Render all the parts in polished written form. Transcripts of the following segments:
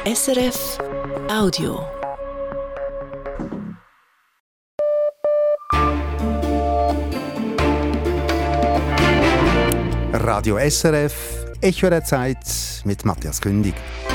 SRF Audio. Radio SRF, Echo der Zeit mit Matthias Kündig.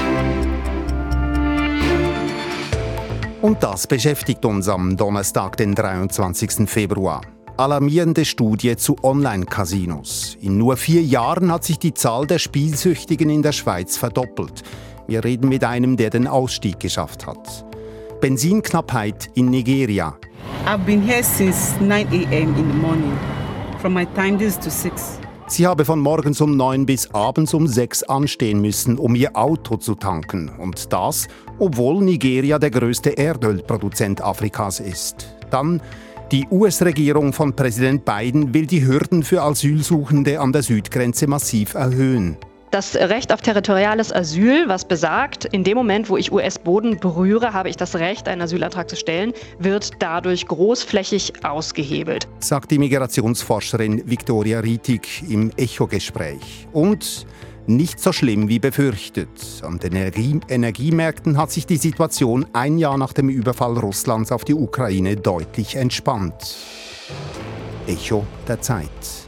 Und das beschäftigt uns am Donnerstag, den 23. Februar. Alarmierende Studie zu Online-Casinos. In nur 4 Jahren hat sich die Zahl der Spielsüchtigen in der Schweiz verdoppelt. Wir reden mit einem, der den Ausstieg geschafft hat. Benzinknappheit in Nigeria. I've been here since 9 a.m. in the morning. From my time this to 6. Sie habe von morgens um 9 bis abends um 6 anstehen müssen, um ihr Auto zu tanken. Und das, obwohl Nigeria der größte Erdölproduzent Afrikas ist. Dann: Die US-Regierung von Präsident Biden will die Hürden für Asylsuchende an der Südgrenze massiv erhöhen. Das Recht auf territoriales Asyl, was besagt, in dem Moment, wo ich US-Boden berühre, habe ich das Recht, einen Asylantrag zu stellen, wird dadurch großflächig ausgehebelt. Sagt die Migrationsforscherin Viktoria Rietig im Echo-Gespräch. Und nicht so schlimm wie befürchtet. An den Energiemärkten hat sich die Situation 1 Jahr nach dem Überfall Russlands auf die Ukraine deutlich entspannt. Echo der Zeit.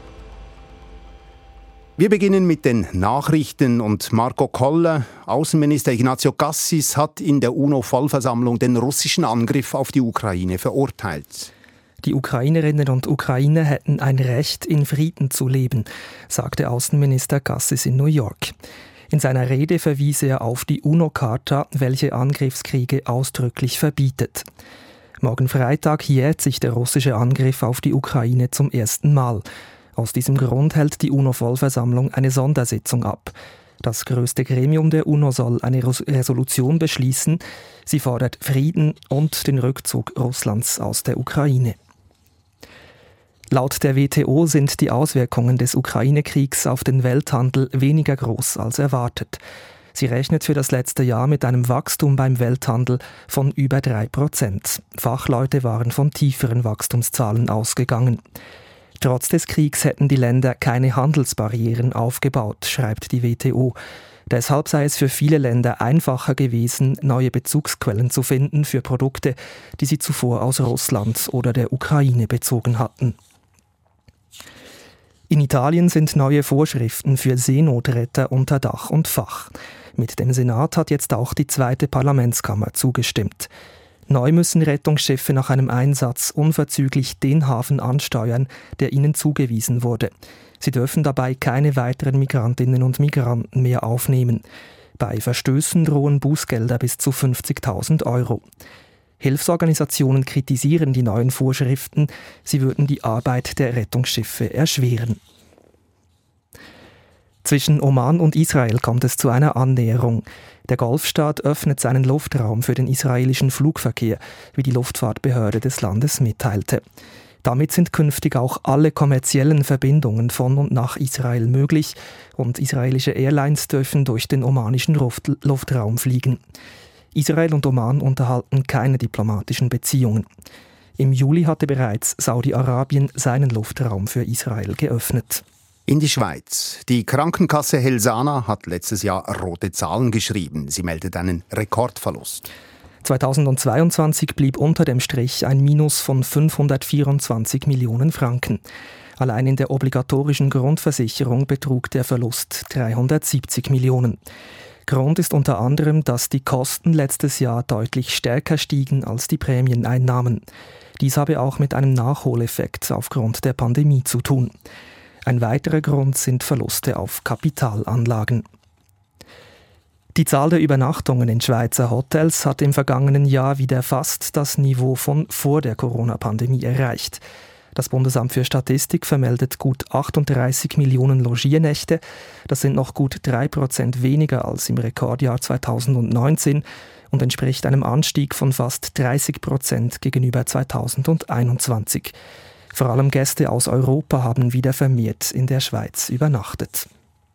Wir beginnen mit den Nachrichten und Marco Koller. Außenminister Ignazio Cassis hat in der UNO-Vollversammlung den russischen Angriff auf die Ukraine verurteilt. Die Ukrainerinnen und Ukrainer hätten ein Recht, in Frieden zu leben, sagte Außenminister Cassis in New York. In seiner Rede verwies er auf die UNO-Charta, welche Angriffskriege ausdrücklich verbietet. Morgen Freitag jährt sich der russische Angriff auf die Ukraine zum ersten Mal. Aus diesem Grund hält die UNO-Vollversammlung eine Sondersitzung ab. Das größte Gremium der UNO soll eine Resolution beschließen. Sie fordert Frieden und den Rückzug Russlands aus der Ukraine. Laut der WTO sind die Auswirkungen des Ukraine-Kriegs auf den Welthandel weniger groß als erwartet. Sie rechnet für das letzte Jahr mit einem Wachstum beim Welthandel von über 3%. Fachleute waren von tieferen Wachstumszahlen ausgegangen. Trotz des Kriegs hätten die Länder keine Handelsbarrieren aufgebaut, schreibt die WTO. Deshalb sei es für viele Länder einfacher gewesen, neue Bezugsquellen zu finden für Produkte, die sie zuvor aus Russland oder der Ukraine bezogen hatten. In Italien sind neue Vorschriften für Seenotretter unter Dach und Fach. Mit dem Senat hat jetzt auch die 2. Parlamentskammer zugestimmt. Neu müssen Rettungsschiffe nach einem Einsatz unverzüglich den Hafen ansteuern, der ihnen zugewiesen wurde. Sie dürfen dabei keine weiteren Migrantinnen und Migranten mehr aufnehmen. Bei Verstößen drohen Bußgelder bis zu 50.000 €. Hilfsorganisationen kritisieren die neuen Vorschriften. Sie würden die Arbeit der Rettungsschiffe erschweren. Zwischen Oman und Israel kommt es zu einer Annäherung. Der Golfstaat öffnet seinen Luftraum für den israelischen Flugverkehr, wie die Luftfahrtbehörde des Landes mitteilte. Damit sind künftig auch alle kommerziellen Verbindungen von und nach Israel möglich und israelische Airlines dürfen durch den omanischen Luftraum fliegen. Israel und Oman unterhalten keine diplomatischen Beziehungen. Im Juli hatte bereits Saudi-Arabien seinen Luftraum für Israel geöffnet. In die Schweiz. Die Krankenkasse Helsana hat letztes Jahr rote Zahlen geschrieben. Sie meldet einen Rekordverlust. 2022 blieb unter dem Strich ein Minus von 524 Millionen Franken. Allein in der obligatorischen Grundversicherung betrug der Verlust 370 Millionen. Grund ist unter anderem, dass die Kosten letztes Jahr deutlich stärker stiegen als die Prämieneinnahmen. Dies habe auch mit einem Nachholeffekt aufgrund der Pandemie zu tun. Ein weiterer Grund sind Verluste auf Kapitalanlagen. Die Zahl der Übernachtungen in Schweizer Hotels hat im vergangenen Jahr wieder fast das Niveau von vor der Corona-Pandemie erreicht. Das Bundesamt für Statistik vermeldet gut 38 Millionen Logiernächte. Das sind noch gut 3% weniger als im Rekordjahr 2019 und entspricht einem Anstieg von fast 30% gegenüber 2021. Vor allem Gäste aus Europa haben wieder vermehrt in der Schweiz übernachtet.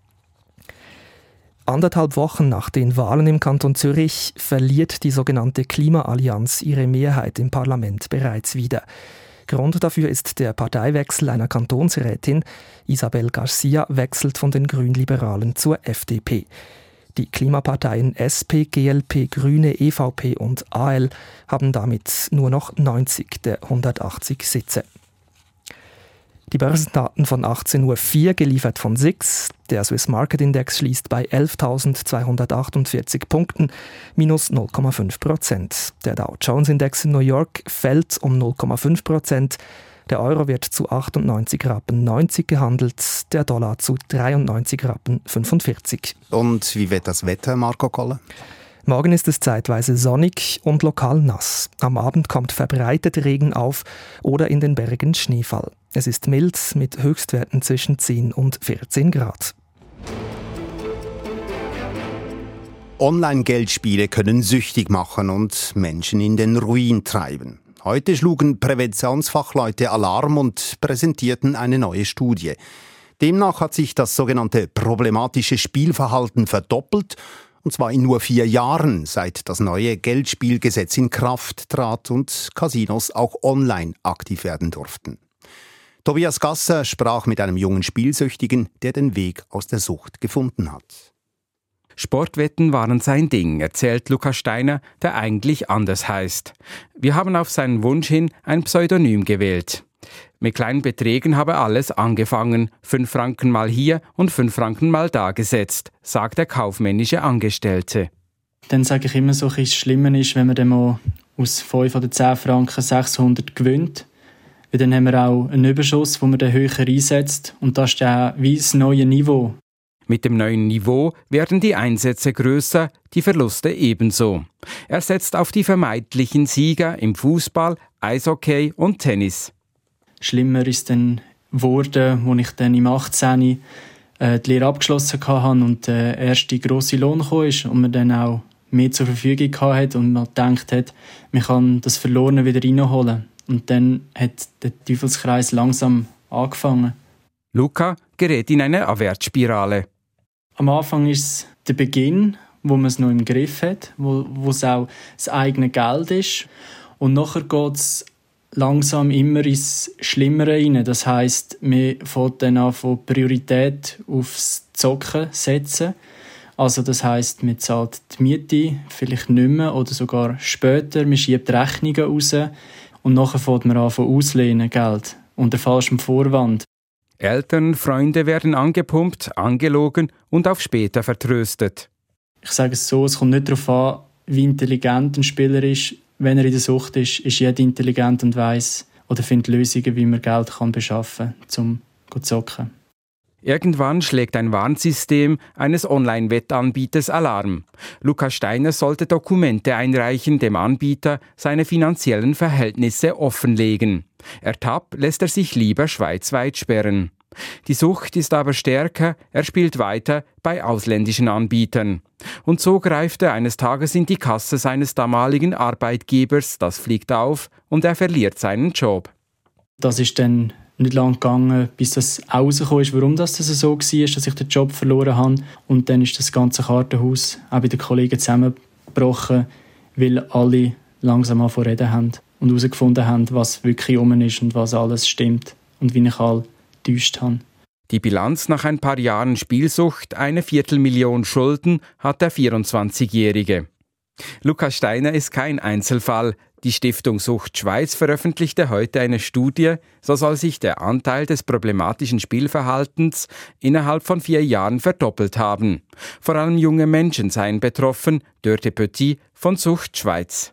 1,5 Wochen nach den Wahlen im Kanton Zürich verliert die sogenannte Klimaallianz ihre Mehrheit im Parlament bereits wieder. Grund dafür ist der Parteiwechsel einer Kantonsrätin. Isabel Garcia wechselt von den Grünliberalen zur FDP. Die Klimaparteien SP, GLP, Grüne, EVP und AL haben damit nur noch 90 der 180 Sitze. Die Börsendaten von 18.04 Uhr geliefert von SIX. Der Swiss Market Index schließt bei 11.248 Punkten, minus 0,5%. Der Dow Jones Index in New York fällt um 0,5%. Der Euro wird zu 98,90 Rappen gehandelt, der Dollar zu 93,45 Rappen. Und wie wird das Wetter, Marco Koller? Morgen ist es zeitweise sonnig und lokal nass. Am Abend kommt verbreitet Regen auf oder in den Bergen Schneefall. Es ist mild mit Höchstwerten zwischen 10 und 14 Grad. Online-Geldspiele können süchtig machen und Menschen in den Ruin treiben. Heute schlugen Präventionsfachleute Alarm und präsentierten eine neue Studie. Demnach hat sich das sogenannte problematische Spielverhalten verdoppelt, und zwar in nur 4 Jahren, seit das neue Geldspielgesetz in Kraft trat und Casinos auch online aktiv werden durften. Tobias Gasser sprach mit einem jungen Spielsüchtigen, der den Weg aus der Sucht gefunden hat. Sportwetten waren sein Ding, erzählt Lukas Steiner, der eigentlich anders heißt. Wir haben auf seinen Wunsch hin ein Pseudonym gewählt. Mit kleinen Beträgen habe alles angefangen, 5 Franken mal hier und 5 Franken mal da gesetzt, sagt der kaufmännische Angestellte. Dann sage ich immer so, das Schlimme ist, wenn man dann mal aus 5 oder 10 Franken 600 gewinnt. Weil dann haben wir auch einen Überschuss, den man dann höher einsetzt. Und das ist dann wie das neue Niveau. Mit dem neuen Niveau werden die Einsätze grösser, die Verluste ebenso. Er setzt auf die vermeintlichen Sieger im Fußball, Eishockey und Tennis. Schlimmer ist dann geworden, als ich dann im 18. die Lehre abgeschlossen hatte und der erste grosse Lohn kam und man dann auch mehr zur Verfügung hatte und man gedacht hat, man kann das Verlorene wieder reinholen. Und dann hat der Teufelskreis langsam angefangen. Luca gerät in eine Abwärtsspirale. Am Anfang ist es der Beginn, wo man es noch im Griff hat, wo es auch das eigene Geld ist. Und nachher geht es langsam immer ins Schlimmere rein. Das heisst, man fängt dann an, von Priorität aufs Zocken setzen. Also das heisst, man zahlt die Miete vielleicht nicht mehr oder sogar später. Man schiebt Rechnungen raus und nachher fängt man an, von auslehnen Geld unter falschem Vorwand. Eltern, Freunde werden angepumpt, angelogen und auf später vertröstet. Ich sage es so, es kommt nicht darauf an, wie intelligent ein Spieler ist. Wenn er in der Sucht ist jeder intelligent und weiss oder findet Lösungen, wie man Geld beschaffen kann, um zu zocken. Irgendwann schlägt ein Warnsystem eines Online-Wettanbieters Alarm. Lukas Steiner sollte Dokumente einreichen, dem Anbieter seine finanziellen Verhältnisse offenlegen. Ertappt lässt er sich lieber schweizweit sperren. Die Sucht ist aber stärker, er spielt weiter bei ausländischen Anbietern. Und so greift er eines Tages in die Kasse seines damaligen Arbeitgebers, das fliegt auf und er verliert seinen Job. Das ist dann nicht lange gegangen, bis das rausgekommen ist, warum das so war, dass ich den Job verloren habe. Und dann ist das ganze Kartenhaus auch bei den Kollegen zusammengebrochen, weil alle langsam angefangen zu reden haben und herausgefunden haben, was wirklich rum ist und was alles stimmt und wie ich alle getäuscht habe. Die Bilanz nach ein paar Jahren Spielsucht, 250.000 Schulden, hat der 24-Jährige. Lukas Steiner ist kein Einzelfall. Die Stiftung Sucht Schweiz veröffentlichte heute eine Studie, so soll sich der Anteil des problematischen Spielverhaltens innerhalb von 4 Jahren verdoppelt haben. Vor allem junge Menschen seien betroffen, Dörte Petit von Sucht Schweiz.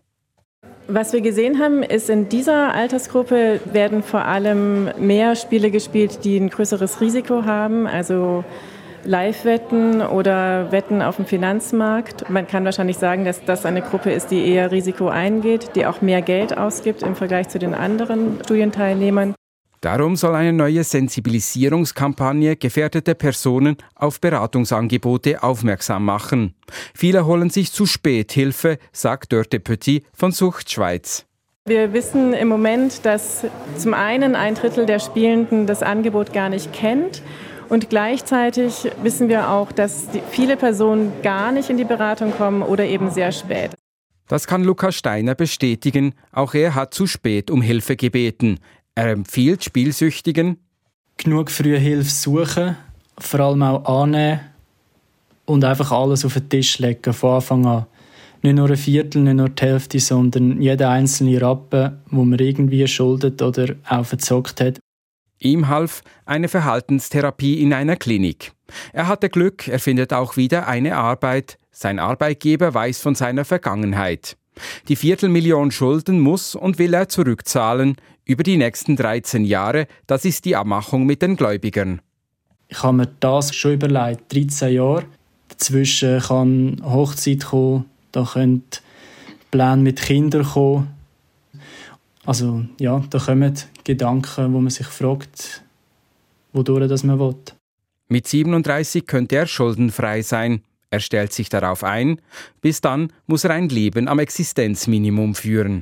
Was wir gesehen haben, ist, in dieser Altersgruppe werden vor allem mehr Spiele gespielt, die ein größeres Risiko haben, also Live-Wetten oder Wetten auf dem Finanzmarkt. Man kann wahrscheinlich sagen, dass das eine Gruppe ist, die eher Risiko eingeht, die auch mehr Geld ausgibt im Vergleich zu den anderen Studienteilnehmern. Darum soll eine neue Sensibilisierungskampagne gefährdete Personen auf Beratungsangebote aufmerksam machen. Viele holen sich zu spät Hilfe, sagt Dörte Petit von Sucht Schweiz. Wir wissen im Moment, dass zum einen 1/3 der Spielenden das Angebot gar nicht kennt. Und gleichzeitig wissen wir auch, dass viele Personen gar nicht in die Beratung kommen oder eben sehr spät. Das kann Lukas Steiner bestätigen. Auch er hat zu spät um Hilfe gebeten. Er empfiehlt Spielsüchtigen, genug früh Hilfe suchen, vor allem auch annehmen und einfach alles auf den Tisch legen, von Anfang an. Nicht nur ein Viertel, nicht nur die Hälfte, sondern jeder einzelne Rappen, wo man irgendwie schuldet oder auch verzockt hat. Ihm half eine Verhaltenstherapie in einer Klinik. Er hatte Glück, er findet auch wieder eine Arbeit. Sein Arbeitgeber weiß von seiner Vergangenheit. Die 250.000 Schulden muss und will er zurückzahlen. Über die nächsten 13 Jahre, das ist die Abmachung mit den Gläubigern. Ich habe mir das schon überlegt, 13 Jahre. Dazwischen kann Hochzeit kommen, da können Pläne mit Kindern kommen. Also ja, da kommen Gedanken, wo man sich fragt, wodurch das man will. Mit 37 könnte er schuldenfrei sein. Er stellt sich darauf ein. Bis dann muss er ein Leben am Existenzminimum führen.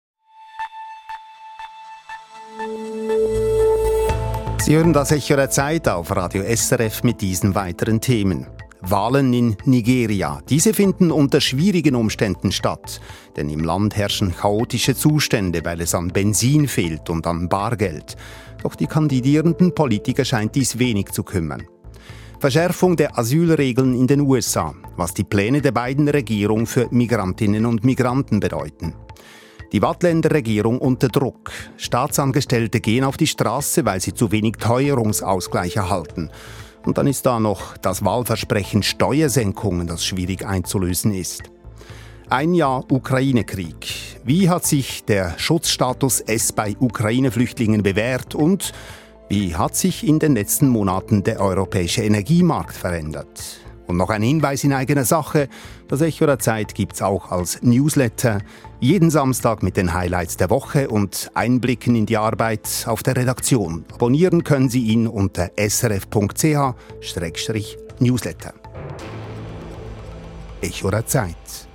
Sie hören das Echo der Zeit auf Radio SRF mit diesen weiteren Themen. Wahlen in Nigeria. Diese finden unter schwierigen Umständen statt. Denn im Land herrschen chaotische Zustände, weil es an Benzin fehlt und an Bargeld. Doch die kandidierenden Politiker scheint dies wenig zu kümmern. Verschärfung der Asylregeln in den USA, was die Pläne der beiden Regierungen für Migrantinnen und Migranten bedeuten. Die Waadtländer Regierung unter Druck. Staatsangestellte gehen auf die Straße, weil sie zu wenig Teuerungsausgleich erhalten. Und dann ist da noch das Wahlversprechen Steuersenkungen, das schwierig einzulösen ist. Ein Jahr Ukraine-Krieg. Wie hat sich der Schutzstatus S bei Ukraine-Flüchtlingen bewährt und wie hat sich in den letzten Monaten der europäische Energiemarkt verändert? Und noch ein Hinweis in eigener Sache. Das Echo der Zeit gibt's auch als Newsletter. Jeden Samstag mit den Highlights der Woche und Einblicken in die Arbeit auf der Redaktion. Abonnieren können Sie ihn unter srf.ch/newsletter. Echo der Zeit.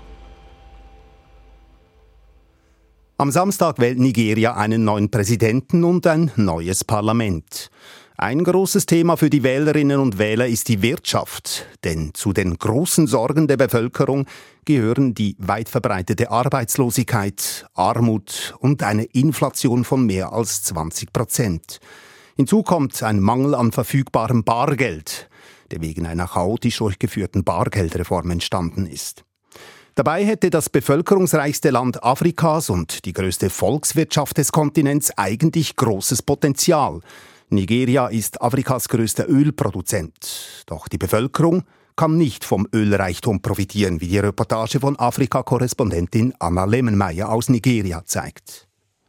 Am Samstag wählt Nigeria einen neuen Präsidenten und ein neues Parlament. Ein großes Thema für die Wählerinnen und Wähler ist die Wirtschaft. Denn zu den großen Sorgen der Bevölkerung gehören die weit verbreitete Arbeitslosigkeit, Armut und eine Inflation von mehr als 20%. Hinzu kommt ein Mangel an verfügbarem Bargeld, der wegen einer chaotisch durchgeführten Bargeldreform entstanden ist. Dabei hätte das bevölkerungsreichste Land Afrikas und die größte Volkswirtschaft des Kontinents eigentlich großes Potenzial. Nigeria ist Afrikas größter Ölproduzent. Doch die Bevölkerung kann nicht vom Ölreichtum profitieren, wie die Reportage von Afrika-Korrespondentin Anna Lemmenmeier aus Nigeria zeigt.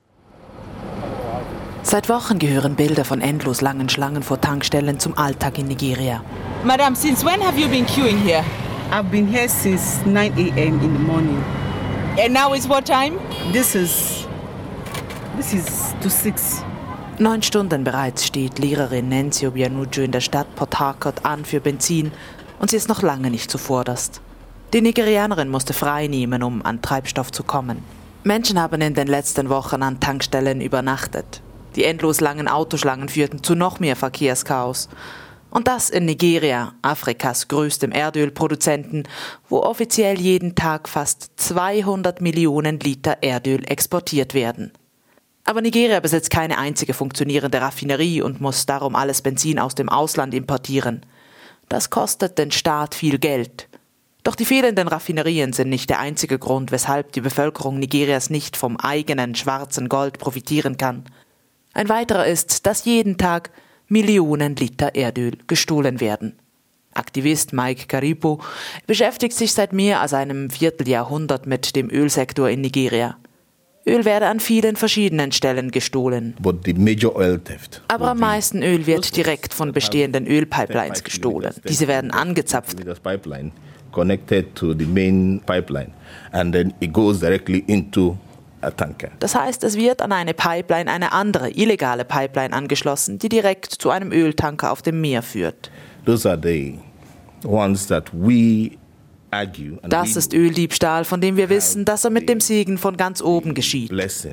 Seit Wochen gehören Bilder von endlos langen Schlangen vor Tankstellen zum Alltag in Nigeria. Madam, since when have you been queuing here? I've been here since 9 a.m. in the morning. And now is what time? This is to 6. 9 Stunden bereits steht Lehrerin Nancy Obianuju in der Stadt Port Harcourt an für Benzin und sie ist noch lange nicht zuvorderst. Die Nigerianerin musste frei nehmen, um an Treibstoff zu kommen. Menschen haben in den letzten Wochen an Tankstellen übernachtet. Die endlos langen Autoschlangen führten zu noch mehr Verkehrschaos. Und das in Nigeria, Afrikas größtem Erdölproduzenten, wo offiziell jeden Tag fast 200 Millionen Liter Erdöl exportiert werden. Aber Nigeria besitzt keine einzige funktionierende Raffinerie und muss darum alles Benzin aus dem Ausland importieren. Das kostet den Staat viel Geld. Doch die fehlenden Raffinerien sind nicht der einzige Grund, weshalb die Bevölkerung Nigerias nicht vom eigenen schwarzen Gold profitieren kann. Ein weiterer ist, dass jeden Tag Millionen Liter Erdöl gestohlen werden. Aktivist Mike Karipo beschäftigt sich seit mehr als einem Vierteljahrhundert mit dem Ölsektor in Nigeria. Öl werde an vielen verschiedenen Stellen gestohlen. Aber am meisten Öl wird direkt von bestehenden Ölpipelines gestohlen. Diese werden angezapft. Das heißt, es wird an eine Pipeline eine andere, illegale Pipeline angeschlossen, die direkt zu einem Öltanker auf dem Meer führt. Das ist Öldiebstahl, von dem wir wissen, dass er mit dem Segen von ganz oben geschieht.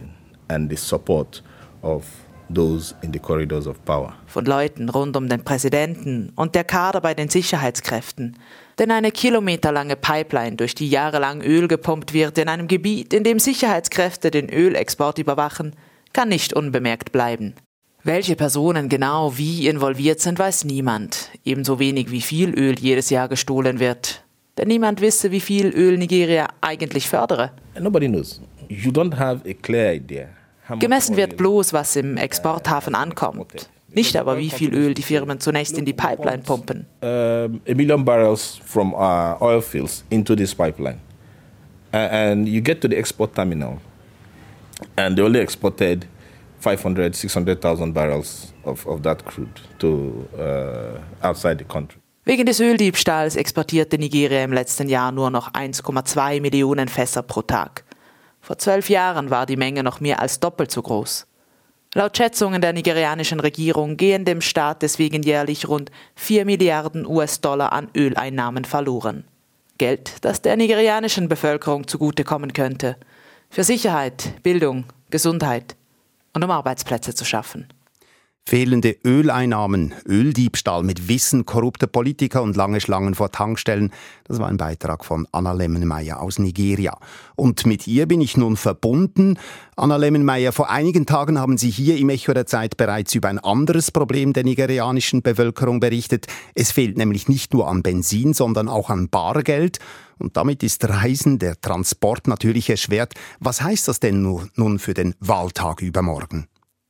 Von Leuten rund um den Präsidenten und der Kader bei den Sicherheitskräften. Denn eine kilometerlange Pipeline, durch die jahrelang Öl gepumpt wird in einem Gebiet, in dem Sicherheitskräfte den Ölexport überwachen, kann nicht unbemerkt bleiben. Welche Personen genau wie involviert sind, weiß niemand. Ebenso wenig wie viel Öl jedes Jahr gestohlen wird. Denn niemand wisse, wie viel Öl Nigeria eigentlich fördere. Nobody knows. You don't have a clear idea. Gemessen wird bloß, was im Exporthafen ankommt. Nicht aber, wie viel Öl die Firmen zunächst in die Pipeline pumpen. 1 million barrels from oil fields into this pipeline. And you get to the export terminal. And they only exported 500, 600,000 barrels of that crude to outside the country. Wegen des Öldiebstahls exportierte Nigeria im letzten Jahr nur noch 1,2 Millionen Fässer pro Tag. Vor 12 Jahren war die Menge noch mehr als doppelt so groß. Laut Schätzungen der nigerianischen Regierung gehen dem Staat deswegen jährlich rund 4 Milliarden US-Dollar an Öleinnahmen verloren. Geld, das der nigerianischen Bevölkerung zugutekommen könnte. Für Sicherheit, Bildung, Gesundheit und um Arbeitsplätze zu schaffen. Fehlende Öleinnahmen, Öldiebstahl mit Wissen korrupter Politiker und lange Schlangen vor Tankstellen, das war ein Beitrag von Anna Lemmenmeier aus Nigeria. Und mit ihr bin ich nun verbunden. Anna Lemmenmeier, vor einigen Tagen haben Sie hier im Echo der Zeit bereits über ein anderes Problem der nigerianischen Bevölkerung berichtet. Es fehlt nämlich nicht nur an Benzin, sondern auch an Bargeld. Und damit ist Reisen, der Transport natürlich erschwert. Was heißt das denn nun für den Wahltag übermorgen?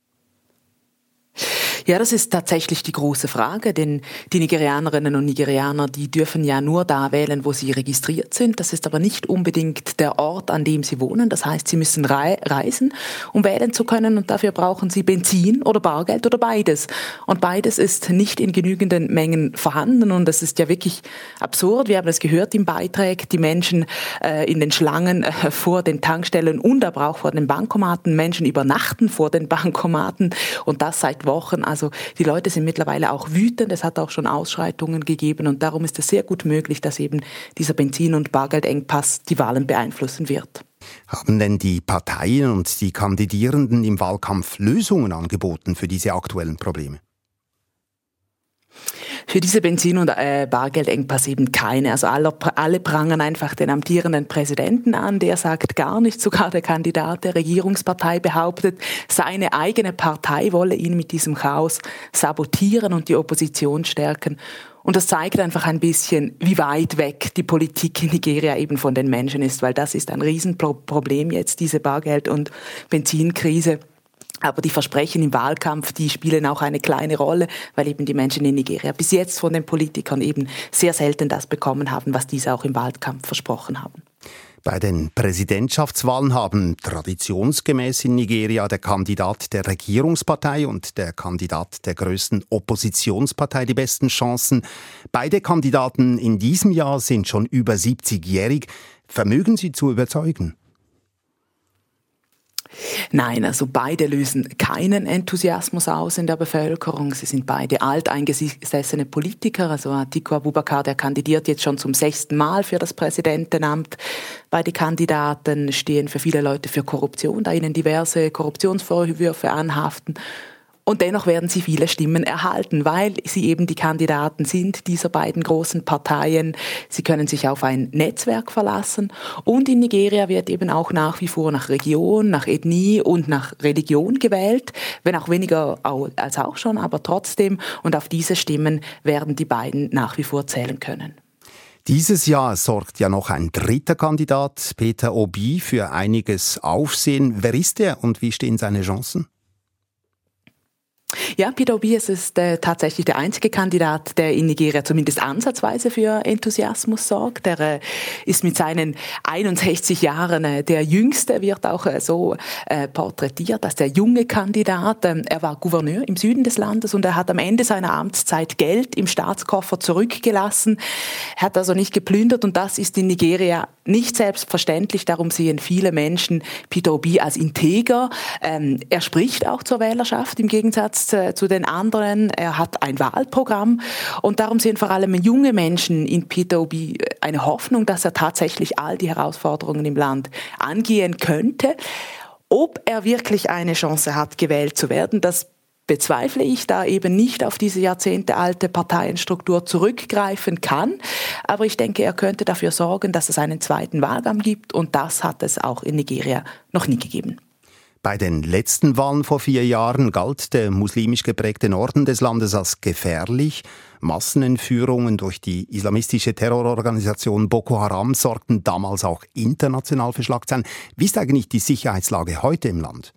Ja, das ist tatsächlich die große Frage, denn die Nigerianerinnen und Nigerianer, die dürfen ja nur da wählen, wo sie registriert sind. Das ist aber nicht unbedingt der Ort, an dem sie wohnen. Das heißt, sie müssen reisen, um wählen zu können, und dafür brauchen sie Benzin oder Bargeld oder beides. Und beides ist nicht in genügenden Mengen vorhanden, und das ist ja wirklich absurd. Wir haben es gehört im Beitrag, die Menschen in den Schlangen vor den Tankstellen und aber auch vor den Bankomaten. Menschen übernachten vor den Bankomaten, und das seit Wochen. Also die Leute sind mittlerweile auch wütend, es hat auch schon Ausschreitungen gegeben, und darum ist es sehr gut möglich, dass eben dieser Benzin- und Bargeldengpass die Wahlen beeinflussen wird. Haben denn die Parteien und die Kandidierenden im Wahlkampf Lösungen angeboten für diese aktuellen Probleme? Für diese Benzin- und Bargeldengpass eben keine. Also alle prangern einfach den amtierenden Präsidenten an. Der sagt gar nichts. Sogar der Kandidat der Regierungspartei behauptet, seine eigene Partei wolle ihn mit diesem Chaos sabotieren und die Opposition stärken. Und das zeigt einfach ein bisschen, wie weit weg die Politik in Nigeria eben von den Menschen ist, weil das ist ein Riesenproblem jetzt, diese Bargeld- und Benzinkrise. Aber die Versprechen im Wahlkampf, die spielen auch eine kleine Rolle, weil eben die Menschen in Nigeria bis jetzt von den Politikern eben sehr selten das bekommen haben, was diese auch im Wahlkampf versprochen haben. Bei den Präsidentschaftswahlen haben traditionsgemäß in Nigeria der Kandidat der Regierungspartei und der Kandidat der größten Oppositionspartei die besten Chancen. Beide Kandidaten in diesem Jahr sind schon über 70-jährig. Vermögen sie zu überzeugen? Nein, also beide lösen keinen Enthusiasmus aus in der Bevölkerung. Sie sind beide alteingesessene Politiker. Also Atiku Abubakar, der kandidiert jetzt schon zum 6. Mal für das Präsidentenamt. Beide Kandidaten stehen für viele Leute für Korruption, da ihnen diverse Korruptionsvorwürfe anhaften. Und dennoch werden sie viele Stimmen erhalten, weil sie eben die Kandidaten sind dieser beiden großen Parteien. Sie können sich auf ein Netzwerk verlassen. Und in Nigeria wird eben auch nach wie vor nach Region, nach Ethnie und nach Religion gewählt. Wenn auch weniger als auch schon, aber trotzdem. Und auf diese Stimmen werden die beiden nach wie vor zählen können. Dieses Jahr sorgt ja noch ein dritter Kandidat, Peter Obi, für einiges Aufsehen. Wer ist er und wie stehen seine Chancen? Ja, Peter Obi ist tatsächlich der einzige Kandidat, der in Nigeria zumindest ansatzweise für Enthusiasmus sorgt. Er ist mit seinen 61 Jahren der Jüngste, wird auch so porträtiert als der junge Kandidat. Er war Gouverneur im Süden des Landes und er hat am Ende seiner Amtszeit Geld im Staatskoffer zurückgelassen. Er hat also nicht geplündert, und das ist in Nigeria nicht selbstverständlich. Darum sehen viele Menschen Peter Obi als integer. Er spricht auch zur Wählerschaft im Gegensatz zu den anderen. Er hat ein Wahlprogramm, und darum sehen vor allem junge Menschen in Peter Obi eine Hoffnung, dass er tatsächlich all die Herausforderungen im Land angehen könnte. Ob er wirklich eine Chance hat, gewählt zu werden, das bezweifle ich, da eben nicht auf diese jahrzehntealte Parteienstruktur zurückgreifen kann. Aber ich denke, er könnte dafür sorgen, dass es einen zweiten Wahlgang gibt, und das hat es auch in Nigeria noch nie gegeben. Bei den letzten Wahlen vor 4 Jahren galt der muslimisch geprägte Norden des Landes als gefährlich. Massenentführungen durch die islamistische Terrororganisation Boko Haram sorgten damals auch international für Schlagzeilen. Wie ist eigentlich die Sicherheitslage heute im Land?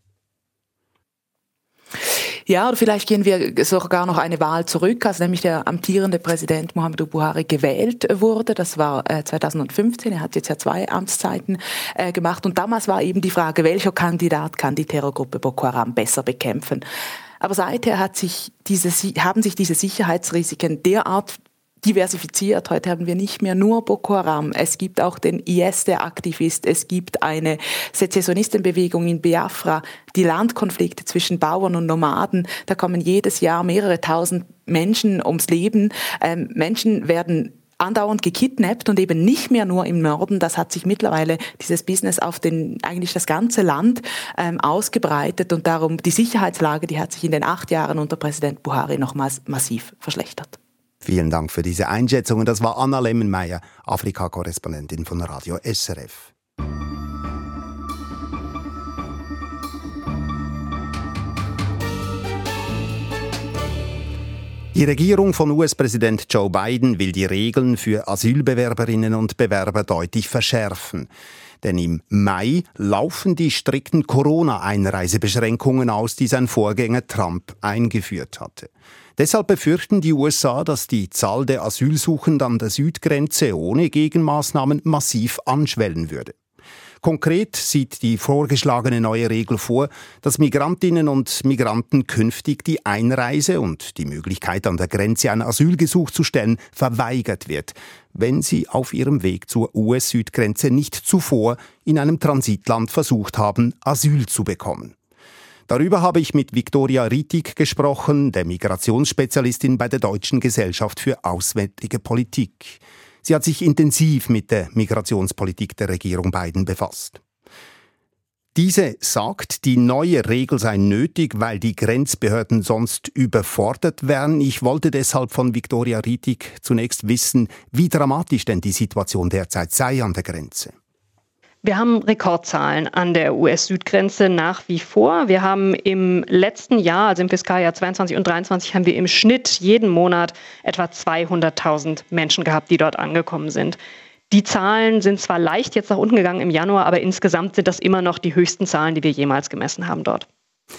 Ja, oder vielleicht gehen wir sogar noch eine Wahl zurück, als nämlich der amtierende Präsident Muhammadu Buhari gewählt wurde. Das war 2015. Er hat jetzt ja 2 Amtszeiten gemacht. Und damals war eben die Frage, welcher Kandidat kann die Terrorgruppe Boko Haram besser bekämpfen. Aber seither haben sich diese Sicherheitsrisiken derart diversifiziert. Heute haben wir nicht mehr nur Boko Haram. Es gibt auch den IS, der aktiv ist. Es gibt eine Sezessionistenbewegung in Biafra. Die Landkonflikte zwischen Bauern und Nomaden. Da kommen jedes Jahr mehrere tausend Menschen ums Leben. Menschen werden andauernd gekidnappt und eben nicht mehr nur im Norden. Das hat sich mittlerweile dieses Business auf eigentlich das ganze Land ausgebreitet und darum die Sicherheitslage, die hat sich in den 8 Jahren unter Präsident Buhari nochmals massiv verschlechtert. Vielen Dank für diese Einschätzung. Das war Anna Lemmenmeier, Afrika-Korrespondentin von Radio SRF. Die Regierung von US-Präsident Joe Biden will die Regeln für Asylbewerberinnen und Bewerber deutlich verschärfen. Denn im Mai laufen die strikten Corona-Einreisebeschränkungen aus, die sein Vorgänger Trump eingeführt hatte. Deshalb befürchten die USA, dass die Zahl der Asylsuchenden an der Südgrenze ohne Gegenmaßnahmen massiv anschwellen würde. Konkret sieht die vorgeschlagene neue Regel vor, dass Migrantinnen und Migranten künftig die Einreise und die Möglichkeit, an der Grenze ein Asylgesuch zu stellen, verweigert wird, wenn sie auf ihrem Weg zur US-Südgrenze nicht zuvor in einem Transitland versucht haben, Asyl zu bekommen. Darüber habe ich mit Viktoria Rittig gesprochen, der Migrationsspezialistin bei der Deutschen Gesellschaft für Auswärtige Politik. Sie hat sich intensiv mit der Migrationspolitik der Regierung Biden befasst. Diese sagt, die neue Regel sei nötig, weil die Grenzbehörden sonst überfordert wären. Ich wollte deshalb von Viktoria Rittig zunächst wissen, wie dramatisch denn die Situation derzeit sei an der Grenze. Wir haben Rekordzahlen an der US-Südgrenze nach wie vor. Wir haben im letzten Jahr, also im Fiskaljahr 22 und 23, haben wir im Schnitt jeden Monat etwa 200.000 Menschen gehabt, die dort angekommen sind. Die Zahlen sind zwar leicht jetzt nach unten gegangen im Januar, aber insgesamt sind das immer noch die höchsten Zahlen, die wir jemals gemessen haben dort.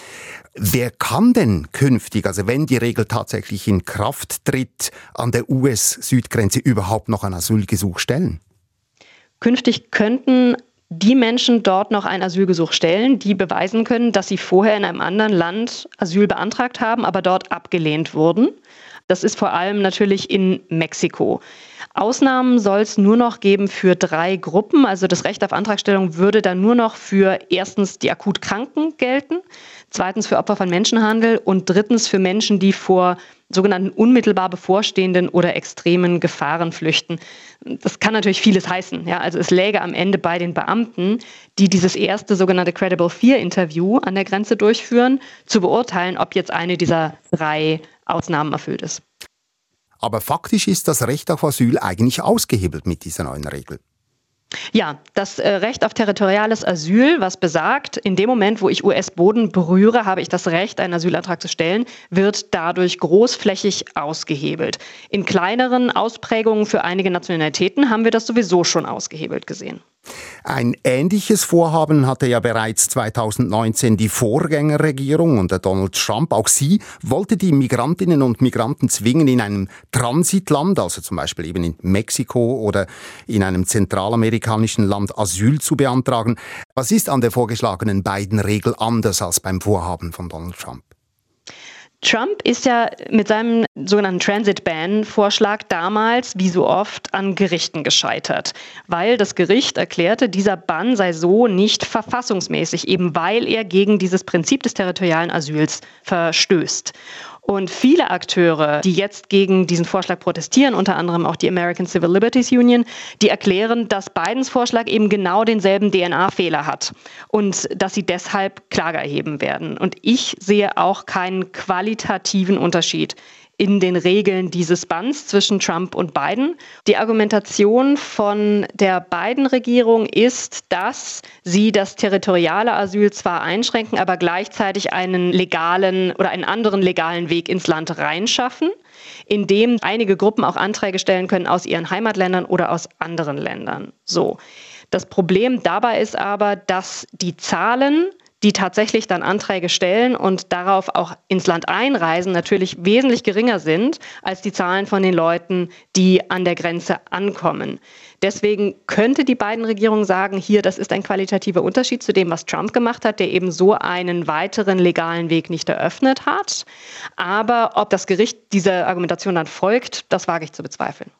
Wer kann denn künftig, also wenn die Regel tatsächlich in Kraft tritt, an der US-Südgrenze überhaupt noch ein Asylgesuch stellen? Künftig könnten die Menschen dort noch ein Asylgesuch stellen, die beweisen können, dass sie vorher in einem anderen Land Asyl beantragt haben, aber dort abgelehnt wurden. Das ist vor allem natürlich in Mexiko. Ausnahmen soll es nur noch geben für 3 Gruppen. Also das Recht auf Antragstellung würde dann nur noch für erstens die akut Kranken gelten, zweitens für Opfer von Menschenhandel und drittens für Menschen, die vor sogenannten unmittelbar bevorstehenden oder extremen Gefahren flüchten. Das kann natürlich vieles heißen. Ja? Also es läge am Ende bei den Beamten, die dieses erste sogenannte Credible Fear Interview an der Grenze durchführen, zu beurteilen, ob jetzt eine dieser 3 Ausnahmen erfüllt ist. Aber faktisch ist das Recht auf Asyl eigentlich ausgehebelt mit dieser neuen Regel. Ja, das Recht auf territoriales Asyl, was besagt, in dem Moment, wo ich US-Boden berühre, habe ich das Recht, einen Asylantrag zu stellen, wird dadurch großflächig ausgehebelt. In kleineren Ausprägungen für einige Nationalitäten haben wir das sowieso schon ausgehebelt gesehen. Ein ähnliches Vorhaben hatte ja bereits 2019 die Vorgängerregierung unter Donald Trump. Auch sie wollte die Migrantinnen und Migranten zwingen, in einem Transitland, also zum Beispiel eben in Mexiko oder in einem zentralamerikanischen Land Asyl zu beantragen. Was ist an der vorgeschlagenen Biden-Regel anders als beim Vorhaben von Donald Trump? Trump ist ja mit seinem sogenannten Transit-Ban-Vorschlag damals, wie so oft, an Gerichten gescheitert, weil das Gericht erklärte, dieser Bann sei so nicht verfassungsmäßig, eben weil er gegen dieses Prinzip des territorialen Asyls verstößt. Und viele Akteure, die jetzt gegen diesen Vorschlag protestieren, unter anderem auch die American Civil Liberties Union, die erklären, dass Bidens Vorschlag eben genau denselben DNA-Fehler hat und dass sie deshalb Klage erheben werden. Und ich sehe auch keinen qualitativen Unterschied in den Regeln dieses Bands zwischen Trump und Biden. Die Argumentation von der Biden-Regierung ist, dass sie das territoriale Asyl zwar einschränken, aber gleichzeitig einen legalen oder einen anderen legalen Weg ins Land reinschaffen, in dem einige Gruppen auch Anträge stellen können aus ihren Heimatländern oder aus anderen Ländern. So. Das Problem dabei ist aber, dass die Zahlen, die tatsächlich dann Anträge stellen und darauf auch ins Land einreisen, natürlich wesentlich geringer sind als die Zahlen von den Leuten, die an der Grenze ankommen. Deswegen könnte die Biden-Regierung sagen, hier, das ist ein qualitativer Unterschied zu dem, was Trump gemacht hat, der eben so einen weiteren legalen Weg nicht eröffnet hat. Aber ob das Gericht dieser Argumentation dann folgt, das wage ich zu bezweifeln.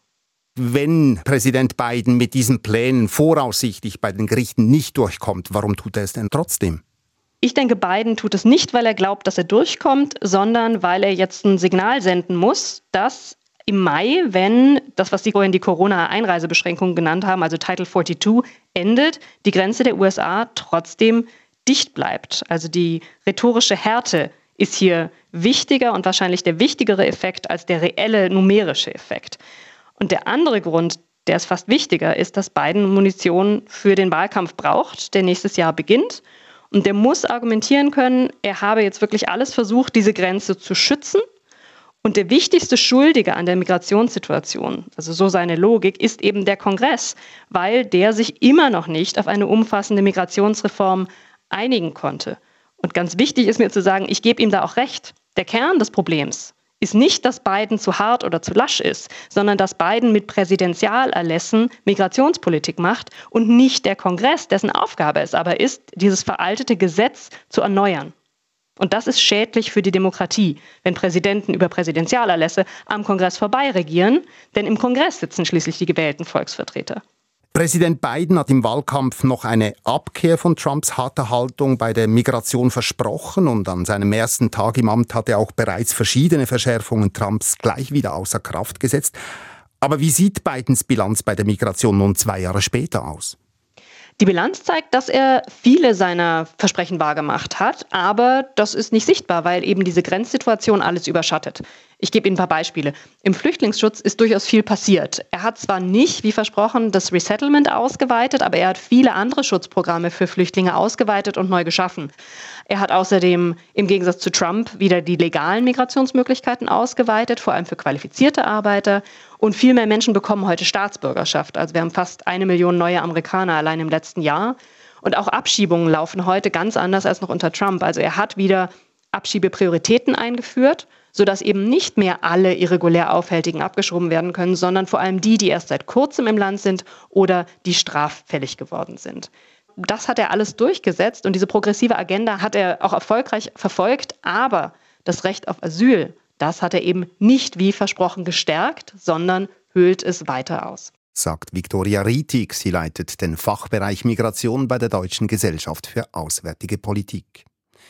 Wenn Präsident Biden mit diesen Plänen voraussichtlich bei den Gerichten nicht durchkommt, warum tut er es denn trotzdem? Ich denke, Biden tut es nicht, weil er glaubt, dass er durchkommt, sondern weil er jetzt ein Signal senden muss, dass im Mai, wenn das, was Sie vorhin die Corona-Einreisebeschränkungen genannt haben, also Title 42, endet, die Grenze der USA trotzdem dicht bleibt. Also die rhetorische Härte ist hier wichtiger und wahrscheinlich der wichtigere Effekt als der reelle numerische Effekt. Und der andere Grund, der ist fast wichtiger, ist, dass Biden Munition für den Wahlkampf braucht, der nächstes Jahr beginnt. Und der muss argumentieren können, er habe jetzt wirklich alles versucht, diese Grenze zu schützen. Und der wichtigste Schuldige an der Migrationssituation, also so seine Logik, ist eben der Kongress, weil der sich immer noch nicht auf eine umfassende Migrationsreform einigen konnte. Und ganz wichtig ist mir zu sagen, ich gebe ihm da auch recht. Der Kern des Problems ist nicht, dass Biden zu hart oder zu lasch ist, sondern dass Biden mit Präsidentialerlässen Migrationspolitik macht und nicht der Kongress, dessen Aufgabe es aber ist, dieses veraltete Gesetz zu erneuern. Und das ist schädlich für die Demokratie, wenn Präsidenten über Präsidentialerlässe am Kongress vorbei regieren, denn im Kongress sitzen schließlich die gewählten Volksvertreter. Präsident Biden hat im Wahlkampf noch eine Abkehr von Trumps harter Haltung bei der Migration versprochen und an seinem ersten Tag im Amt hat er auch bereits verschiedene Verschärfungen Trumps gleich wieder außer Kraft gesetzt. Aber wie sieht Bidens Bilanz bei der Migration nun 2 Jahre später aus? Die Bilanz zeigt, dass er viele seiner Versprechen wahrgemacht hat, aber das ist nicht sichtbar, weil eben diese Grenzsituation alles überschattet. Ich gebe Ihnen ein paar Beispiele. Im Flüchtlingsschutz ist durchaus viel passiert. Er hat zwar nicht, wie versprochen, das Resettlement ausgeweitet, aber er hat viele andere Schutzprogramme für Flüchtlinge ausgeweitet und neu geschaffen. Er hat außerdem im Gegensatz zu Trump wieder die legalen Migrationsmöglichkeiten ausgeweitet, vor allem für qualifizierte Arbeiter. Und viel mehr Menschen bekommen heute Staatsbürgerschaft. Also wir haben fast 1 Million neue Amerikaner allein im letzten Jahr. Und auch Abschiebungen laufen heute ganz anders als noch unter Trump. Also er hat wieder Abschiebeprioritäten eingeführt, sodass eben nicht mehr alle irregulär Aufhältigen abgeschoben werden können, sondern vor allem die, die erst seit kurzem im Land sind oder die straffällig geworden sind. Das hat er alles durchgesetzt und diese progressive Agenda hat er auch erfolgreich verfolgt, aber das Recht auf Asyl, das hat er eben nicht wie versprochen gestärkt, sondern höhlt es weiter aus. Sagt Viktoria Rietig. Sie leitet den Fachbereich Migration bei der Deutschen Gesellschaft für Auswärtige Politik.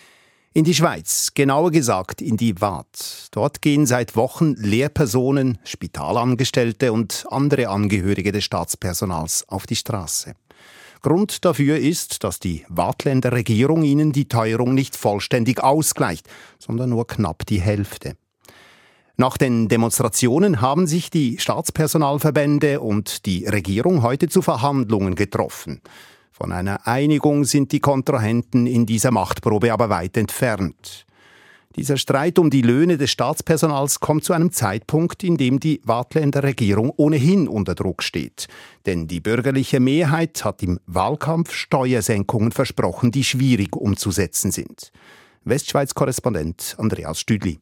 In die Schweiz, genauer gesagt in die Waadt. Dort gehen seit Wochen Lehrpersonen, Spitalangestellte und andere Angehörige des Staatspersonals auf die Straße. Grund dafür ist, dass die Waadtländer Regierung ihnen die Teuerung nicht vollständig ausgleicht, sondern nur knapp die Hälfte. Nach den Demonstrationen haben sich die Staatspersonalverbände und die Regierung heute zu Verhandlungen getroffen. Von einer Einigung sind die Kontrahenten in dieser Machtprobe aber weit entfernt. Dieser Streit um die Löhne des Staatspersonals kommt zu einem Zeitpunkt, in dem die Waadtländer Regierung ohnehin unter Druck steht. Denn die bürgerliche Mehrheit hat im Wahlkampf Steuersenkungen versprochen, die schwierig umzusetzen sind. Westschweiz-Korrespondent Andreas Stüdli.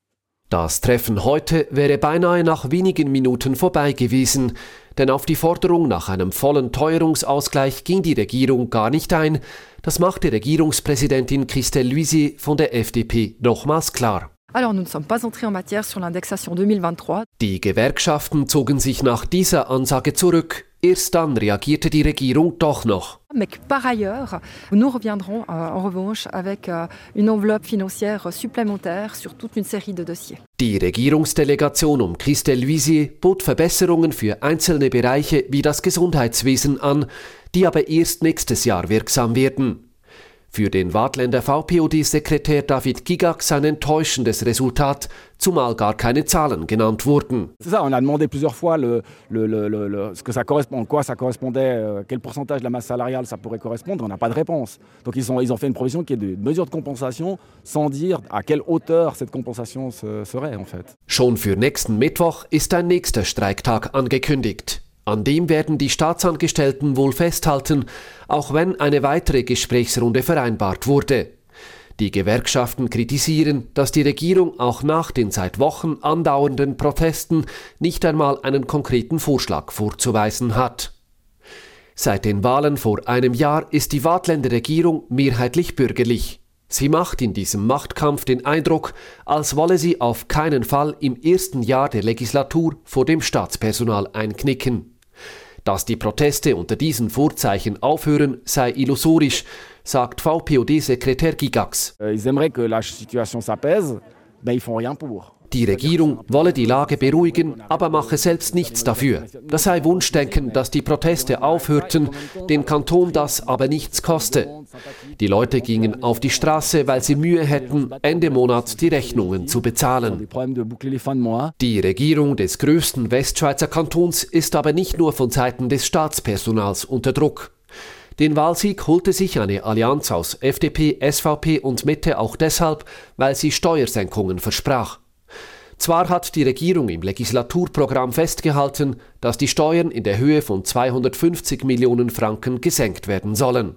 Das Treffen heute wäre beinahe nach wenigen Minuten vorbei gewesen, denn auf die Forderung nach einem vollen Teuerungsausgleich ging die Regierung gar nicht ein. Das machte Regierungspräsidentin Christelle Luisier von der FDP nochmals klar. Alors, nous ne sommes pas entrés en matière sur l'indexation 2023. Die Gewerkschaften zogen sich nach dieser Ansage zurück. Erst dann reagierte die Regierung doch noch. Mais par ailleurs, nous reviendrons en revanche avec une enveloppe financière supplémentaire sur toute une série de dossiers. Die Regierungsdelegation um Christelle Luisier bot Verbesserungen für einzelne Bereiche wie das Gesundheitswesen an, die aber erst nächstes Jahr wirksam werden. Für den Waadtländer VPOD-Sekretär David Gigax ein enttäuschendes Resultat, zumal gar keine Zahlen genannt wurden. C'est ça, on a demandé plusieurs fois ce que ça correspond, en quoi ça correspondait, quel pourcentage de la masse salariale ça pourrait correspondre, on n'a pas de réponse. Donc ils ont fait une provision qui est de mesure de compensation, sans dire à quelle hauteur cette compensation serait en fait. Schon für nächsten Mittwoch ist ein nächster Streiktag angekündigt. An dem werden die Staatsangestellten wohl festhalten, auch wenn eine weitere Gesprächsrunde vereinbart wurde. Die Gewerkschaften kritisieren, dass die Regierung auch nach den seit Wochen andauernden Protesten nicht einmal einen konkreten Vorschlag vorzuweisen hat. Seit den Wahlen vor einem Jahr ist die Waadtländer Regierung mehrheitlich bürgerlich. Sie macht in diesem Machtkampf den Eindruck, als wolle sie auf keinen Fall im ersten Jahr der Legislatur vor dem Staatspersonal einknicken. Dass die Proteste unter diesen Vorzeichen aufhören, sei illusorisch, sagt VPOD-Sekretär Gigax. Ils aimeraient que la situation s'apaise, mais ils font rien pour. Die Regierung wolle die Lage beruhigen, aber mache selbst nichts dafür. Das sei Wunschdenken, dass die Proteste aufhörten, den Kanton das aber nichts koste. Die Leute gingen auf die Straße, weil sie Mühe hätten, Ende Monat die Rechnungen zu bezahlen. Die Regierung des größten Westschweizer Kantons ist aber nicht nur von Seiten des Staatspersonals unter Druck. Den Wahlsieg holte sich eine Allianz aus FDP, SVP und Mitte auch deshalb, weil sie Steuersenkungen versprach. Zwar hat die Regierung im Legislaturprogramm festgehalten, dass die Steuern in der Höhe von 250 Millionen Franken gesenkt werden sollen.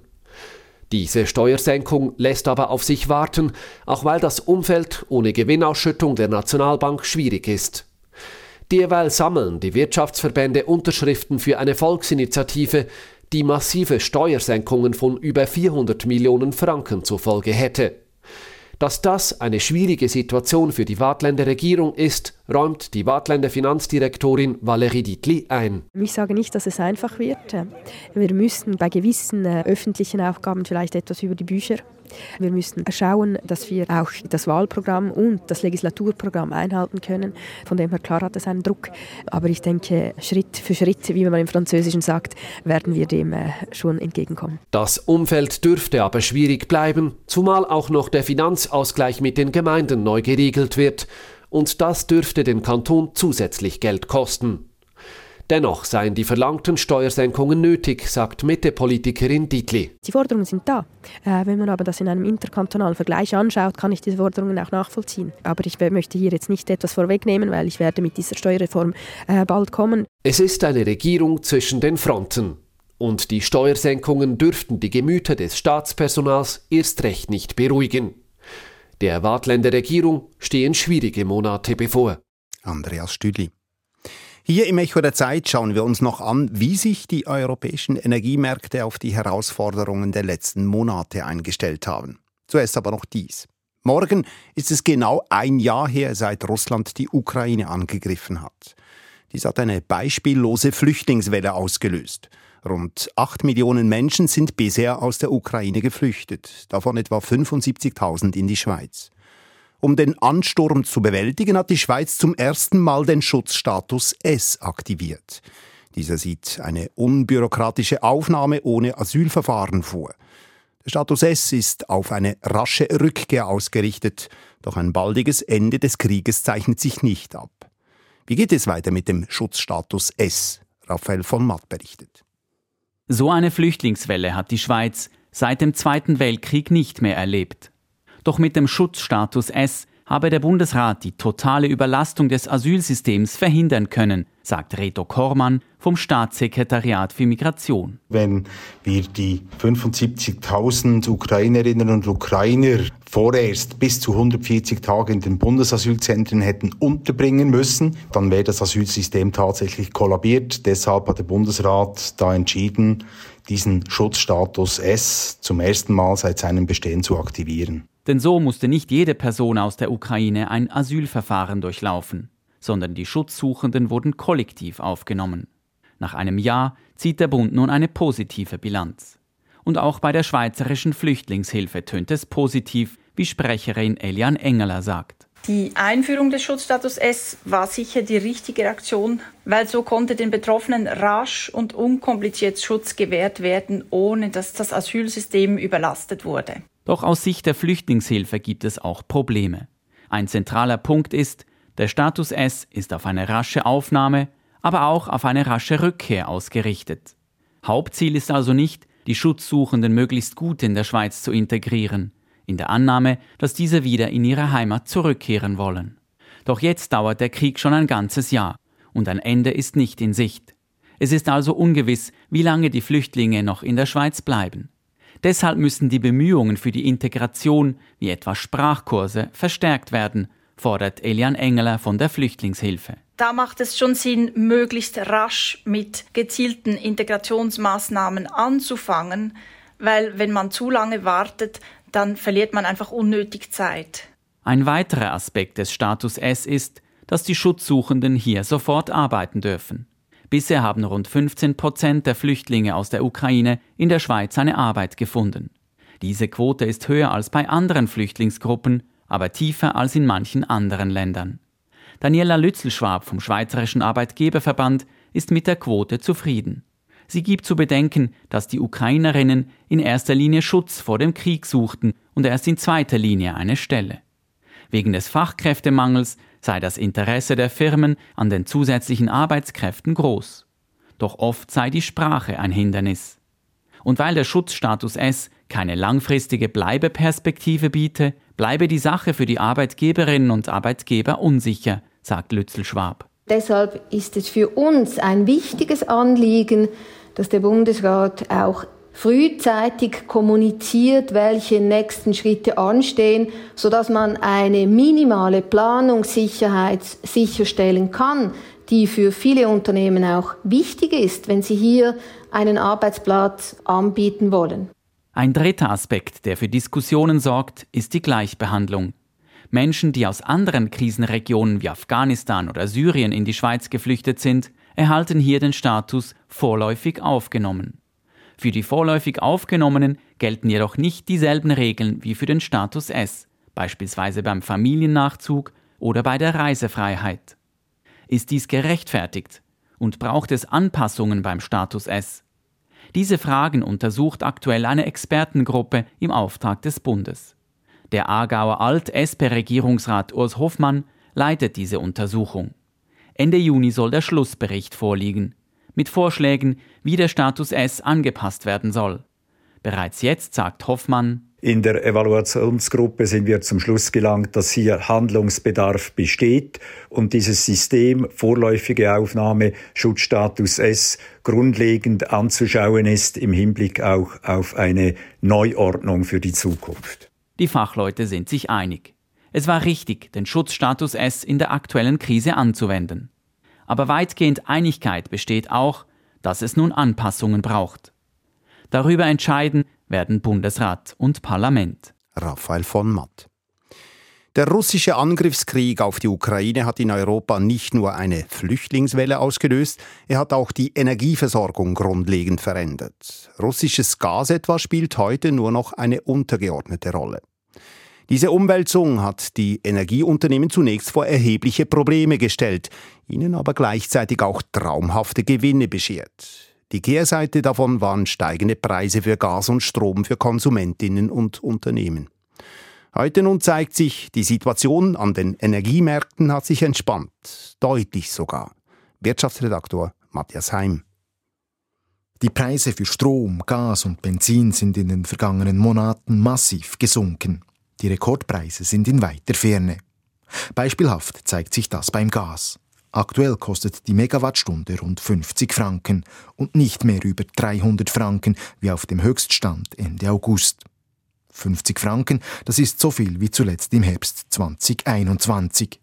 Diese Steuersenkung lässt aber auf sich warten, auch weil das Umfeld ohne Gewinnausschüttung der Nationalbank schwierig ist. Derweil sammeln die Wirtschaftsverbände Unterschriften für eine Volksinitiative, die massive Steuersenkungen von über 400 Millionen Franken zur Folge hätte. Dass das eine schwierige Situation für die Waadtländer Regierung ist, räumt die Waadtländer Finanzdirektorin Valérie Dietli ein. Ich sage nicht, dass es einfach wird. Wir müssen bei gewissen öffentlichen Aufgaben vielleicht etwas über die Bücher. Wir müssen schauen, dass wir auch das Wahlprogramm und das Legislaturprogramm einhalten können. Von dem her, klar hat es einen Druck. Aber ich denke, Schritt für Schritt, wie man im Französischen sagt, werden wir dem schon entgegenkommen. Das Umfeld dürfte aber schwierig bleiben, zumal auch noch der Finanzausgleich mit den Gemeinden neu geregelt wird. Und das dürfte den Kanton zusätzlich Geld kosten. Dennoch seien die verlangten Steuersenkungen nötig, sagt Mitte-Politikerin Dietli. Die Forderungen sind da. Wenn man aber das in einem interkantonalen Vergleich anschaut, kann ich diese Forderungen auch nachvollziehen. Aber ich möchte hier jetzt nicht etwas vorwegnehmen, weil ich werde mit dieser Steuerreform bald kommen. Es ist eine Regierung zwischen den Fronten. Und die Steuersenkungen dürften die Gemüter des Staatspersonals erst recht nicht beruhigen. Der Waadtländer Regierung stehen schwierige Monate bevor. Andreas Stüdli. Hier im Echo der Zeit schauen wir uns noch an, wie sich die europäischen Energiemärkte auf die Herausforderungen der letzten Monate eingestellt haben. Zuerst aber noch dies. Morgen ist es genau ein Jahr her, seit Russland die Ukraine angegriffen hat. Dies hat eine beispiellose Flüchtlingswelle ausgelöst. Rund 8 Millionen Menschen sind bisher aus der Ukraine geflüchtet, davon etwa 75.000 in die Schweiz. Um den Ansturm zu bewältigen, hat die Schweiz zum ersten Mal den Schutzstatus S aktiviert. Dieser sieht eine unbürokratische Aufnahme ohne Asylverfahren vor. Der Status S ist auf eine rasche Rückkehr ausgerichtet, doch ein baldiges Ende des Krieges zeichnet sich nicht ab. Wie geht es weiter mit dem Schutzstatus S? Raphael von Matt berichtet. So eine Flüchtlingswelle hat die Schweiz seit dem Zweiten Weltkrieg nicht mehr erlebt. Doch mit dem Schutzstatus S habe der Bundesrat die totale Überlastung des Asylsystems verhindern können, sagt Reto Kormann vom Staatssekretariat für Migration. Wenn wir die 75.000 Ukrainerinnen und Ukrainer vorerst bis zu 140 Tage in den Bundesasylzentren hätten unterbringen müssen, dann wäre das Asylsystem tatsächlich kollabiert. Deshalb hat der Bundesrat da entschieden, diesen Schutzstatus S zum ersten Mal seit seinem Bestehen zu aktivieren. Denn so musste nicht jede Person aus der Ukraine ein Asylverfahren durchlaufen, sondern die Schutzsuchenden wurden kollektiv aufgenommen. Nach einem Jahr zieht der Bund nun eine positive Bilanz. Und auch bei der Schweizerischen Flüchtlingshilfe tönt es positiv, wie Sprecherin Eliane Engeler sagt. Die Einführung des Schutzstatus S war sicher die richtige Aktion, weil so konnte den Betroffenen rasch und unkompliziert Schutz gewährt werden, ohne dass das Asylsystem überlastet wurde. Doch aus Sicht der Flüchtlingshilfe gibt es auch Probleme. Ein zentraler Punkt ist, der Status S ist auf eine rasche Aufnahme, aber auch auf eine rasche Rückkehr ausgerichtet. Hauptziel ist also nicht, die Schutzsuchenden möglichst gut in der Schweiz zu integrieren, in der Annahme, dass diese wieder in ihre Heimat zurückkehren wollen. Doch jetzt dauert der Krieg schon ein ganzes Jahr und ein Ende ist nicht in Sicht. Es ist also ungewiss, wie lange die Flüchtlinge noch in der Schweiz bleiben. Deshalb müssen die Bemühungen für die Integration, wie etwa Sprachkurse, verstärkt werden, fordert Elian Engeler von der Flüchtlingshilfe. Da macht es schon Sinn, möglichst rasch mit gezielten Integrationsmaßnahmen anzufangen, weil wenn man zu lange wartet, dann verliert man einfach unnötig Zeit. Ein weiterer Aspekt des Status S ist, dass die Schutzsuchenden hier sofort arbeiten dürfen. Bisher haben rund 15% der Flüchtlinge aus der Ukraine in der Schweiz eine Arbeit gefunden. Diese Quote ist höher als bei anderen Flüchtlingsgruppen, aber tiefer als in manchen anderen Ländern. Daniela Lützelschwab vom Schweizerischen Arbeitgeberverband ist mit der Quote zufrieden. Sie gibt zu bedenken, dass die Ukrainerinnen in erster Linie Schutz vor dem Krieg suchten und erst in zweiter Linie eine Stelle. Wegen des Fachkräftemangels sei das Interesse der Firmen an den zusätzlichen Arbeitskräften groß. Doch oft sei die Sprache ein Hindernis. Und weil der Schutzstatus S keine langfristige Bleibeperspektive biete, bleibe die Sache für die Arbeitgeberinnen und Arbeitgeber unsicher, sagt Lützelschwab. Deshalb ist es für uns ein wichtiges Anliegen, dass der Bundesrat auch frühzeitig kommuniziert, welche nächsten Schritte anstehen, sodass man eine minimale Planungssicherheit sicherstellen kann, die für viele Unternehmen auch wichtig ist, wenn sie hier einen Arbeitsplatz anbieten wollen. Ein dritter Aspekt, der für Diskussionen sorgt, ist die Gleichbehandlung. Menschen, die aus anderen Krisenregionen wie Afghanistan oder Syrien in die Schweiz geflüchtet sind, erhalten hier den Status vorläufig aufgenommen. Für die vorläufig Aufgenommenen gelten jedoch nicht dieselben Regeln wie für den Status S, beispielsweise beim Familiennachzug oder bei der Reisefreiheit. Ist dies gerechtfertigt und braucht es Anpassungen beim Status S? Diese Fragen untersucht aktuell eine Expertengruppe im Auftrag des Bundes. Der Aargauer Alt-SP-Regierungsrat Urs Hoffmann leitet diese Untersuchung. Ende Juni soll der Schlussbericht vorliegen, mit Vorschlägen, wie der Status S angepasst werden soll. Bereits jetzt sagt Hoffmann: In der Evaluationsgruppe sind wir zum Schluss gelangt, dass hier Handlungsbedarf besteht und dieses System vorläufige Aufnahme, Schutzstatus S, grundlegend anzuschauen ist im Hinblick auch auf eine Neuordnung für die Zukunft. Die Fachleute sind sich einig. Es war richtig, den Schutzstatus S in der aktuellen Krise anzuwenden. Aber weitgehend Einigkeit besteht auch, dass es nun Anpassungen braucht. Darüber entscheiden werden Bundesrat und Parlament. Raphael von Matt. Der russische Angriffskrieg auf die Ukraine hat in Europa nicht nur eine Flüchtlingswelle ausgelöst, er hat auch die Energieversorgung grundlegend verändert. Russisches Gas etwa spielt heute nur noch eine untergeordnete Rolle. Diese Umwälzung hat die Energieunternehmen zunächst vor erhebliche Probleme gestellt, ihnen aber gleichzeitig auch traumhafte Gewinne beschert. Die Kehrseite davon waren steigende Preise für Gas und Strom für Konsumentinnen und Unternehmen. Heute nun zeigt sich, die Situation an den Energiemärkten hat sich entspannt, deutlich sogar. Wirtschaftsredaktor Matthias Heim. Die Preise für Strom, Gas und Benzin sind in den vergangenen Monaten massiv gesunken. Die Rekordpreise sind in weiter Ferne. Beispielhaft zeigt sich das beim Gas. Aktuell kostet die Megawattstunde rund 50 Franken und nicht mehr über 300 Franken wie auf dem Höchststand Ende August. 50 Franken, das ist so viel wie zuletzt im Herbst 2021.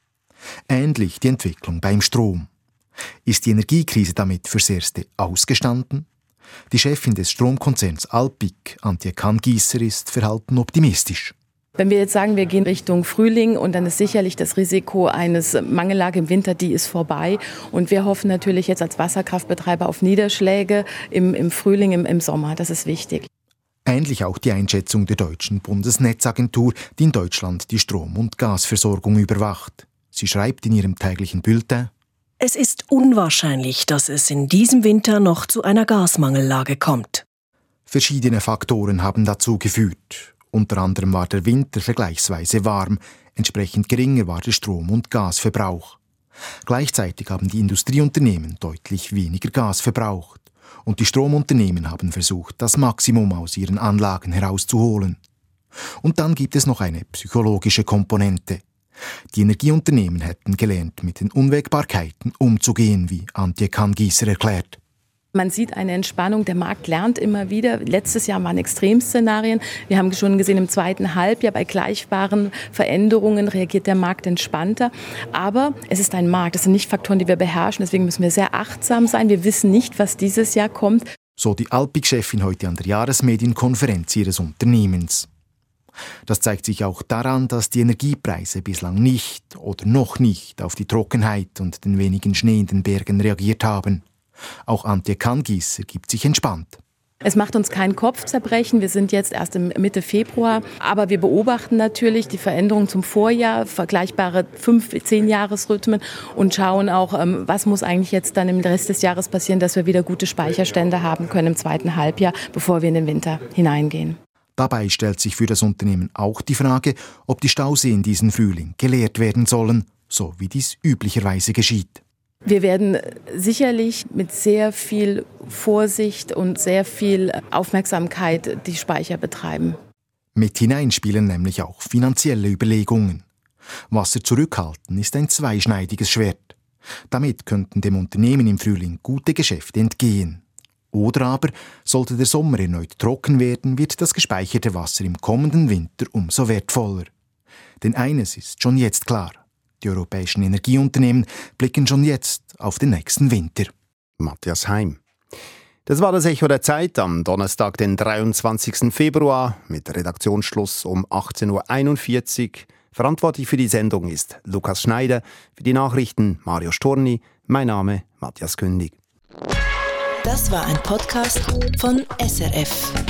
Ähnlich die Entwicklung beim Strom. Ist die Energiekrise damit fürs Erste ausgestanden? Die Chefin des Stromkonzerns Alpiq, Antje Kahn-Giesser, ist verhalten optimistisch. Wenn wir jetzt sagen, wir gehen Richtung Frühling und dann ist sicherlich das Risiko eines Mangellage im Winter, die ist vorbei. Und wir hoffen natürlich jetzt als Wasserkraftbetreiber auf Niederschläge im Frühling, im Sommer. Das ist wichtig. Ähnlich auch die Einschätzung der deutschen Bundesnetzagentur, die in Deutschland die Strom- und Gasversorgung überwacht. Sie schreibt in ihrem täglichen Bulletin: Es ist unwahrscheinlich, dass es in diesem Winter noch zu einer Gasmangellage kommt. Verschiedene Faktoren haben dazu geführt. Unter anderem war der Winter vergleichsweise warm, entsprechend geringer war der Strom- und Gasverbrauch. Gleichzeitig haben die Industrieunternehmen deutlich weniger Gas verbraucht und die Stromunternehmen haben versucht, das Maximum aus ihren Anlagen herauszuholen. Und dann gibt es noch eine psychologische Komponente. Die Energieunternehmen hätten gelernt, mit den Unwägbarkeiten umzugehen, wie Antje Kahn-Giesser erklärt. Man sieht eine Entspannung, der Markt lernt immer wieder. Letztes Jahr waren Extremszenarien. Wir haben schon gesehen, im zweiten Halbjahr bei gleichbaren Veränderungen reagiert der Markt entspannter. Aber es ist ein Markt, das sind nicht Faktoren, die wir beherrschen. Deswegen müssen wir sehr achtsam sein. Wir wissen nicht, was dieses Jahr kommt. So die Alpic-Chefin heute an der Jahresmedienkonferenz ihres Unternehmens. Das zeigt sich auch daran, dass die Energiepreise bislang nicht oder noch nicht auf die Trockenheit und den wenigen Schnee in den Bergen reagiert haben. Auch Antje Kahn-Giesser gibt sich entspannt. Es macht uns keinen Kopfzerbrechen. Wir sind jetzt erst Mitte Februar. Aber wir beobachten natürlich die Veränderungen zum Vorjahr, vergleichbare 5-10-Jahres-Rhythmen und schauen auch, was muss eigentlich jetzt dann im Rest des Jahres passieren, dass wir wieder gute Speicherstände haben können im zweiten Halbjahr, bevor wir in den Winter hineingehen. Dabei stellt sich für das Unternehmen auch die Frage, ob die Stauseen diesen Frühling geleert werden sollen, so wie dies üblicherweise geschieht. Wir werden sicherlich mit sehr viel Vorsicht und sehr viel Aufmerksamkeit die Speicher betreiben. Mit hinein spielen nämlich auch finanzielle Überlegungen. Wasser zurückhalten ist ein zweischneidiges Schwert. Damit könnten dem Unternehmen im Frühling gute Geschäfte entgehen. Oder aber, sollte der Sommer erneut trocken werden, wird das gespeicherte Wasser im kommenden Winter umso wertvoller. Denn eines ist schon jetzt klar. Die europäischen Energieunternehmen blicken schon jetzt auf den nächsten Winter. Matthias Heim. Das war das Echo der Zeit am Donnerstag, den 23. Februar, mit Redaktionsschluss um 18.41 Uhr. Verantwortlich für die Sendung ist Lukas Schneider, für die Nachrichten Mario Storni, mein Name Matthias Kündig. Das war ein Podcast von SRF.